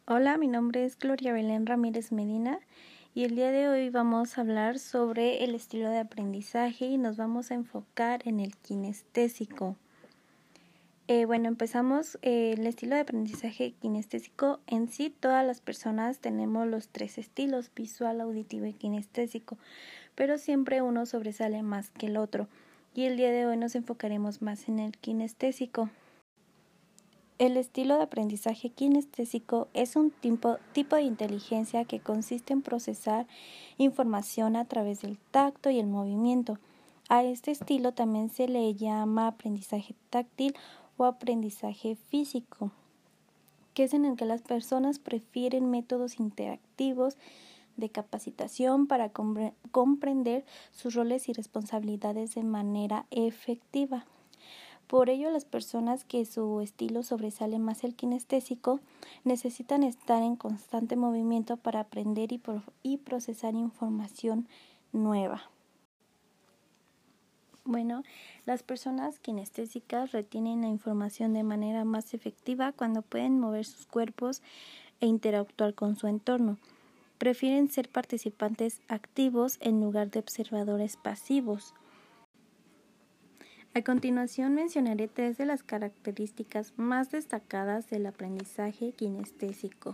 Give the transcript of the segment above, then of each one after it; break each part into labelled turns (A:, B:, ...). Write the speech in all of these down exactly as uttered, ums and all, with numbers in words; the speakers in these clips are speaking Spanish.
A: Hola, mi nombre es Gloria Belén Ramírez Medina y el día de hoy vamos a hablar sobre el estilo de aprendizaje y nos vamos a enfocar en el kinestésico. Eh, bueno, empezamos eh, el estilo de aprendizaje kinestésico. En sí, todas las personas tenemos los tres estilos: visual, auditivo y kinestésico, pero siempre uno sobresale más que el otro, y el día de hoy nos enfocaremos más en el kinestésico. El estilo de aprendizaje kinestésico es un tipo, tipo de inteligencia que consiste en procesar información a través del tacto y el movimiento. A este estilo también se le llama aprendizaje táctil o aprendizaje físico, que es en el que las personas prefieren métodos interactivos de capacitación para compre- comprender sus roles y responsabilidades de manera efectiva. Por ello, las personas que su estilo sobresale más el kinestésico necesitan estar en constante movimiento para aprender y, pro- y procesar información nueva. Bueno, las personas kinestésicas retienen la información de manera más efectiva cuando pueden mover sus cuerpos e interactuar con su entorno. Prefieren ser participantes activos en lugar de observadores pasivos. A continuación mencionaré tres de las características más destacadas del aprendizaje kinestésico.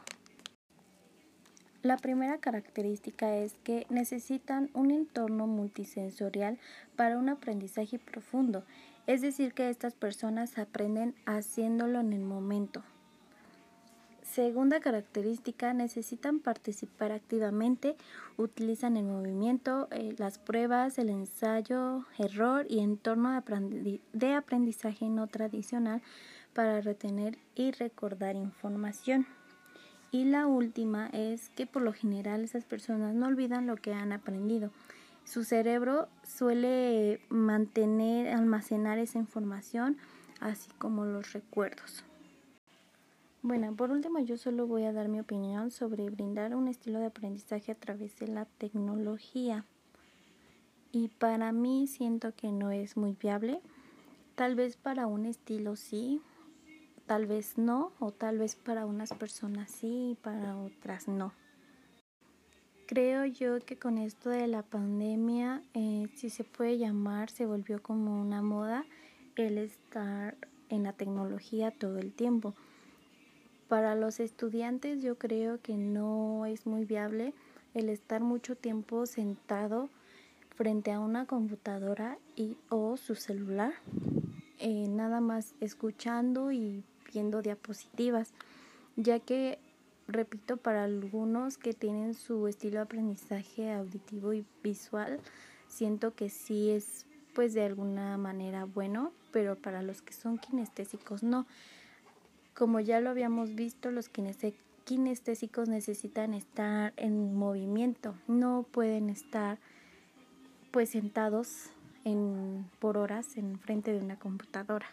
A: La primera característica es que necesitan un entorno multisensorial para un aprendizaje profundo, es decir, que estas personas aprenden haciéndolo en el momento. Segunda característica, necesitan participar activamente, utilizan el movimiento, eh, las pruebas, el ensayo, error y entorno de, aprendi- de aprendizaje no tradicional para retener y recordar información. Y la última es que por lo general esas personas no olvidan lo que han aprendido. Su cerebro suele mantener, almacenar esa información, así como los recuerdos. Bueno, por último yo solo voy a dar mi opinión sobre brindar un estilo de aprendizaje a través de la tecnología. Y para mí siento que no es muy viable. Tal vez para un estilo sí, tal vez no, o tal vez para unas personas sí y para otras no. Creo yo que con esto de la pandemia, eh, si se puede llamar, se volvió como una moda el estar en la tecnología todo el tiempo. Para los estudiantes yo creo que no es muy viable el estar mucho tiempo sentado frente a una computadora y o su celular, eh, nada más escuchando y viendo diapositivas, ya que, repito, para algunos que tienen su estilo de aprendizaje auditivo y visual, siento que sí es pues de alguna manera bueno, pero para los que son kinestésicos no. Como ya lo habíamos visto, los kinestésicos necesitan estar en movimiento, no pueden estar pues sentados en, por horas en frente de una computadora.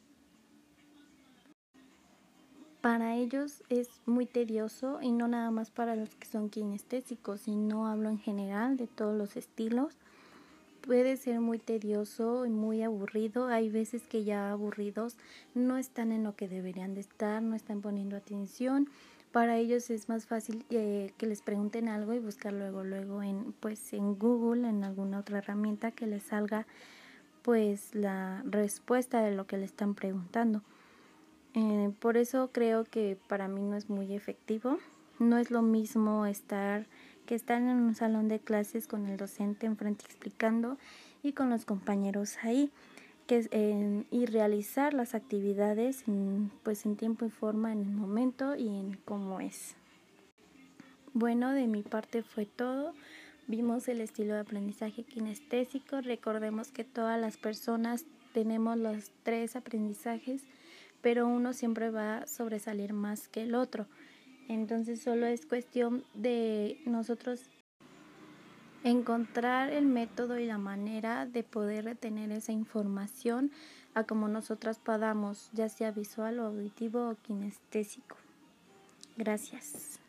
A: Para ellos es muy tedioso, y no nada más para los que son kinestésicos, sino hablo en general de todos los estilos. Puede ser muy tedioso y muy aburrido. Hay veces que ya aburridos no están en lo que deberían de estar, no están poniendo atención. Para ellos es más fácil eh, que les pregunten algo y buscar luego luego en pues en Google, en alguna otra herramienta, que les salga pues la respuesta de lo que le están preguntando. Eh, por eso creo que para mí no es muy efectivo. No es lo mismo estar que estar en un salón de clases con el docente enfrente explicando y con los compañeros ahí, que eh, y realizar las actividades en, pues en tiempo y forma, en el momento y en cómo es. Bueno, de mi parte fue todo. Vimos el estilo de aprendizaje kinestésico. Recordemos que todas las personas tenemos los tres aprendizajes, pero uno siempre va a sobresalir más que el otro. Entonces solo es cuestión de nosotros encontrar el método y la manera de poder retener esa información a como nosotras podamos, ya sea visual o auditivo o kinestésico. Gracias.